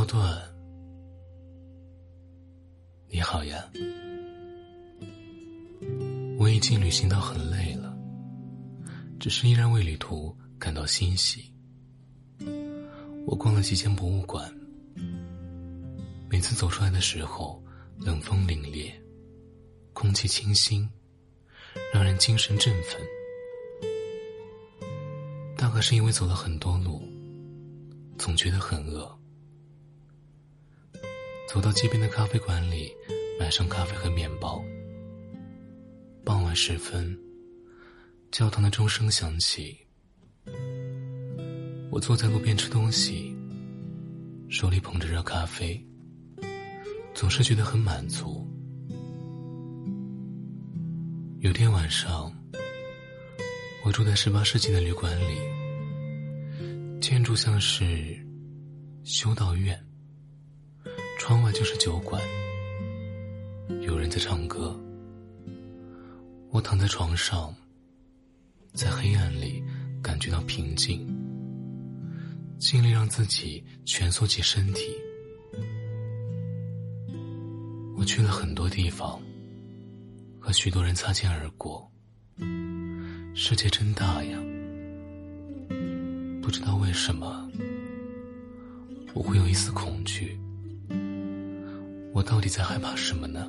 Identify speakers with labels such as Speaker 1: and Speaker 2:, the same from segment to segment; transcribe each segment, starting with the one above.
Speaker 1: 诺顿，你好呀。我已经旅行到很累了，只是依然为旅途感到欣喜。我逛了几间博物馆，每次走出来的时候，冷风凛冽，空气清新，让人精神振奋。大概是因为走了很多路，总觉得很饿。走到街边的咖啡馆里，买上咖啡和面包。傍晚时分，教堂的钟声响起。我坐在路边吃东西，手里捧着热咖啡，总是觉得很满足。有天晚上，我住在18世纪的旅馆里，建筑像是修道院，窗外就是酒馆，有人在唱歌。我躺在床上，在黑暗里感觉到平静，尽力让自己蜷缩起身体。我去了很多地方，和许多人擦肩而过。世界真大呀，不知道为什么我会有一丝恐惧。我到底在害怕什么呢？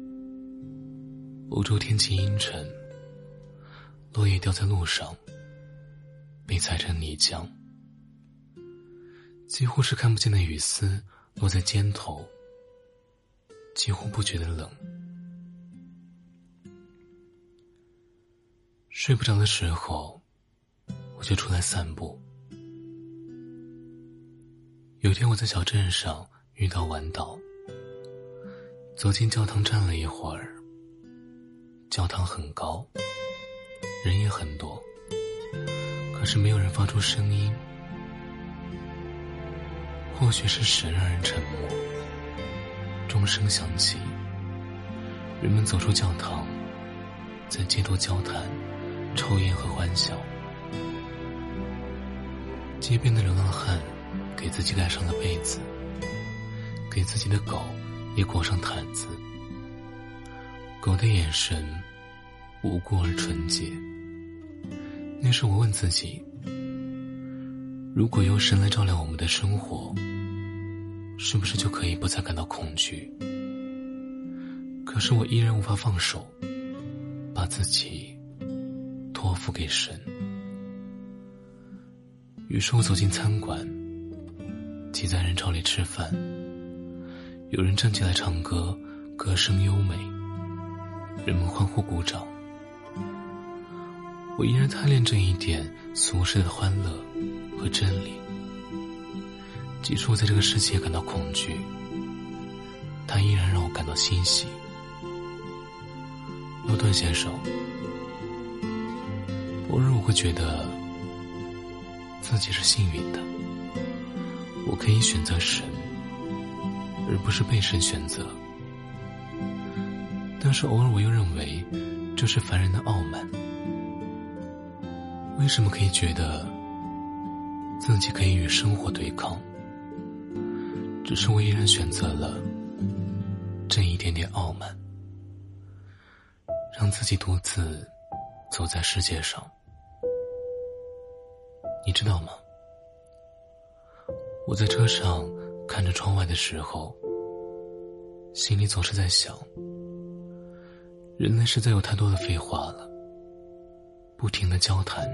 Speaker 1: 欧洲天气阴沉，落叶掉在路上，被踩成泥浆，几乎是看不见的雨丝落在肩头，几乎不觉得冷。睡不着的时候，我就出来散步。有天我在小镇上遇到晚岛，走进教堂站了一会儿。教堂很高，人也很多，可是没有人发出声音。或许是神让人沉默。钟声响起，人们走出教堂，在街头交谈、抽烟和欢笑。街边的流浪汉给自己盖上了被子，给自己的狗也裹上毯子。狗的眼神无辜而纯洁。那时我问自己，如果由神来照亮我们的生活，是不是就可以不再感到恐惧？可是我依然无法放手，把自己托付给神。于是我走进餐馆，挤在人潮里吃饭。有人站起来唱歌，歌声优美，人们欢呼鼓掌。我依然贪恋这一点俗世的欢乐和真理。即使我在这个世界感到恐惧，它依然让我感到欣喜。诺顿先生，偶尔我会觉得自己是幸运的，我可以选择神，而不是被神选择。但是偶尔我又认为这是凡人的傲慢。为什么可以觉得自己可以与生活对抗？只是我依然选择了这一点点傲慢，让自己独自走在世界上。你知道吗？我在车上看着窗外的时候，心里总是在想，人类实在有太多的废话了，不停地交谈。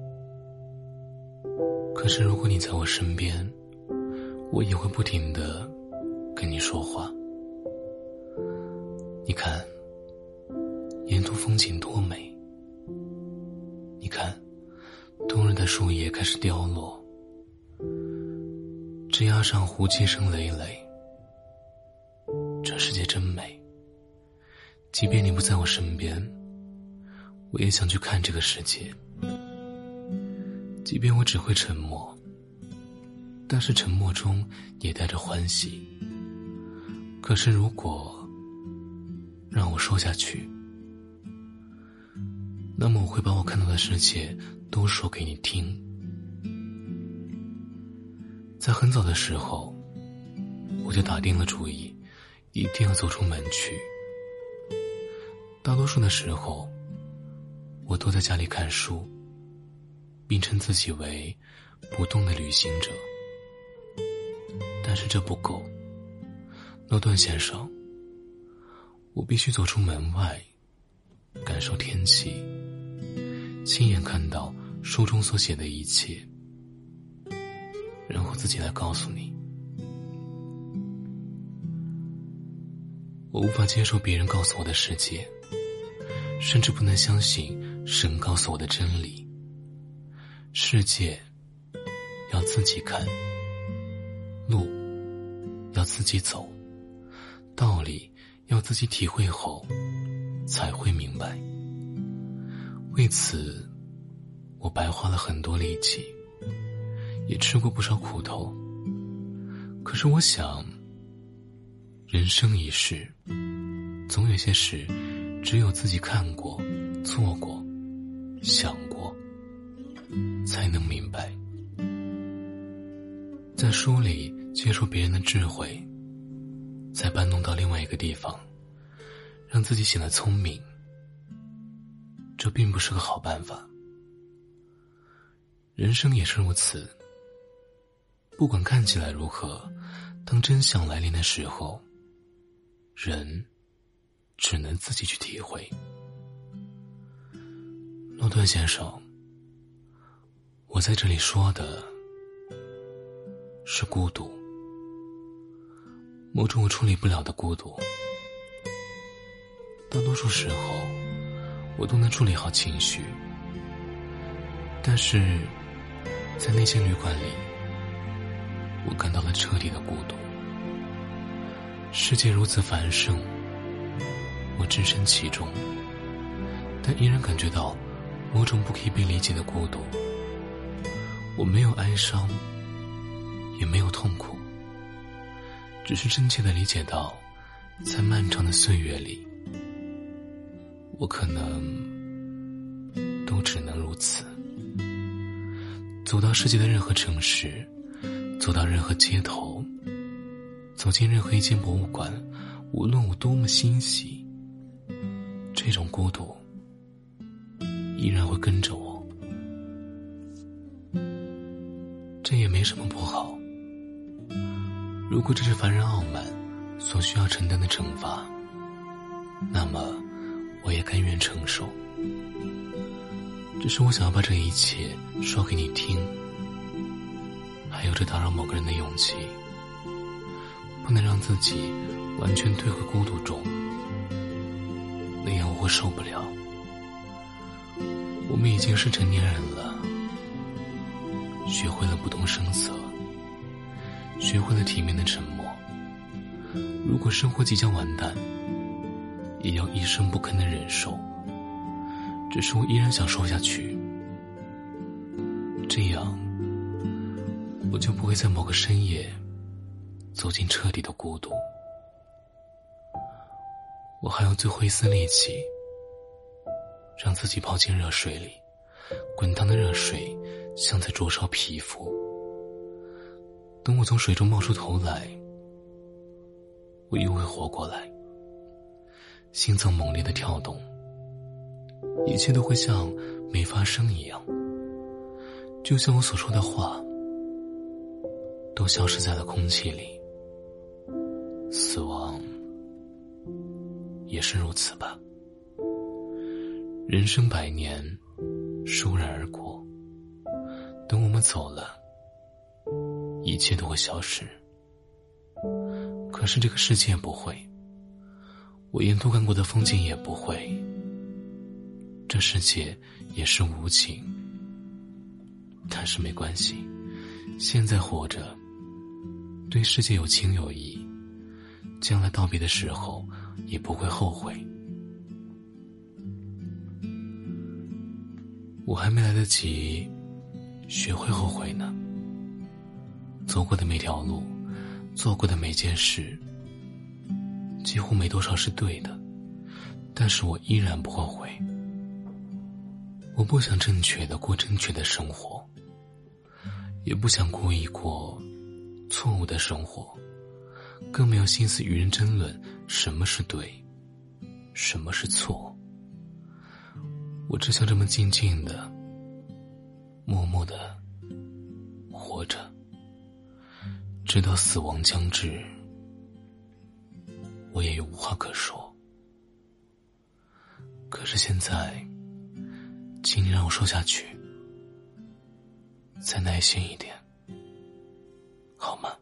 Speaker 1: 可是如果你在我身边，我也会不停地跟你说话。你看，沿途风景多美。你看，冬日的树叶开始凋落，枝桠上胡姬声累累。这世界真美。即便你不在我身边，我也想去看这个世界。即便我只会沉默，但是沉默中也带着欢喜。可是如果让我说下去，那么我会把我看到的世界都说给你听。在很早的时候， 我就打定了主意，一定要走出门去。大多数的时候，我都在家里看书，并称自己为不动的旅行者。但是这不够，诺顿先生，我必须走出门外，感受天气，亲眼看到书中所写的一切，然后自己来告诉你。我无法接受别人告诉我的世界，甚至不能相信神告诉我的真理。世界要自己看，路要自己走，道理要自己体会后才会明白。为此，我白花了很多力气，也吃过不少苦头。可是我想，人生一世，总有些事只有自己看过、做过、想过，才能明白。在书里接受别人的智慧，再搬弄到另外一个地方，让自己显得聪明，这并不是个好办法。人生也是如此，不管看起来如何，当真相来临的时候，人只能自己去体会。诺顿先生，我在这里说的是孤独，某种我处理不了的孤独。大多数时候我都能处理好情绪，但是在那间旅馆里，我感到了彻底的孤独。世界如此繁盛，我置身其中，但依然感觉到某种不可以被理解的孤独。我没有哀伤，也没有痛苦，只是真切地理解到，在漫长的岁月里，我可能都只能如此。走到世界的任何城市，走到任何街头，走进任何一间博物馆，无论我多么欣喜，这种孤独依然会跟着我。这也没什么不好。如果这是凡人傲慢所需要承担的惩罚，那么我也甘愿承受。只是我想要把这一切说给你听，还有着打扰某个人的勇气，不能让自己完全退回孤独中，那样我会受不了。我们已经是成年人了，学会了不动声色，学会了体面的沉默。如果生活即将完蛋，也要一声不吭的忍受。只是我依然想说下去，这样我就不会在某个深夜走进彻底的孤独。我还有最后一丝力气，让自己泡进热水里，滚烫的热水像在灼烧皮肤。等我从水中冒出头来，我又会活过来，心脏猛烈的跳动，一切都会像没发生一样，就像我所说的话都消失在了空气里。死亡也是如此吧。人生百年，倏然而过，等我们走了，一切都会消失。可是这个世界不会，我沿途看过的风景也不会，这世界也是无情。但是没关系，现在活着，对世界有情有义，将来道别的时候也不会后悔。我还没来得及学会后悔呢。走过的每条路，做过的每件事，几乎没多少是对的，但是我依然不后悔。我不想正确的过正确的生活，也不想故意过错误的生活， 更没有心思与人争论什么是对，什么是错。我只想这么静静的、默默的活着，直到死亡将至，我也有无话可说。可是现在，请你让我说下去，再耐心一点，好吗？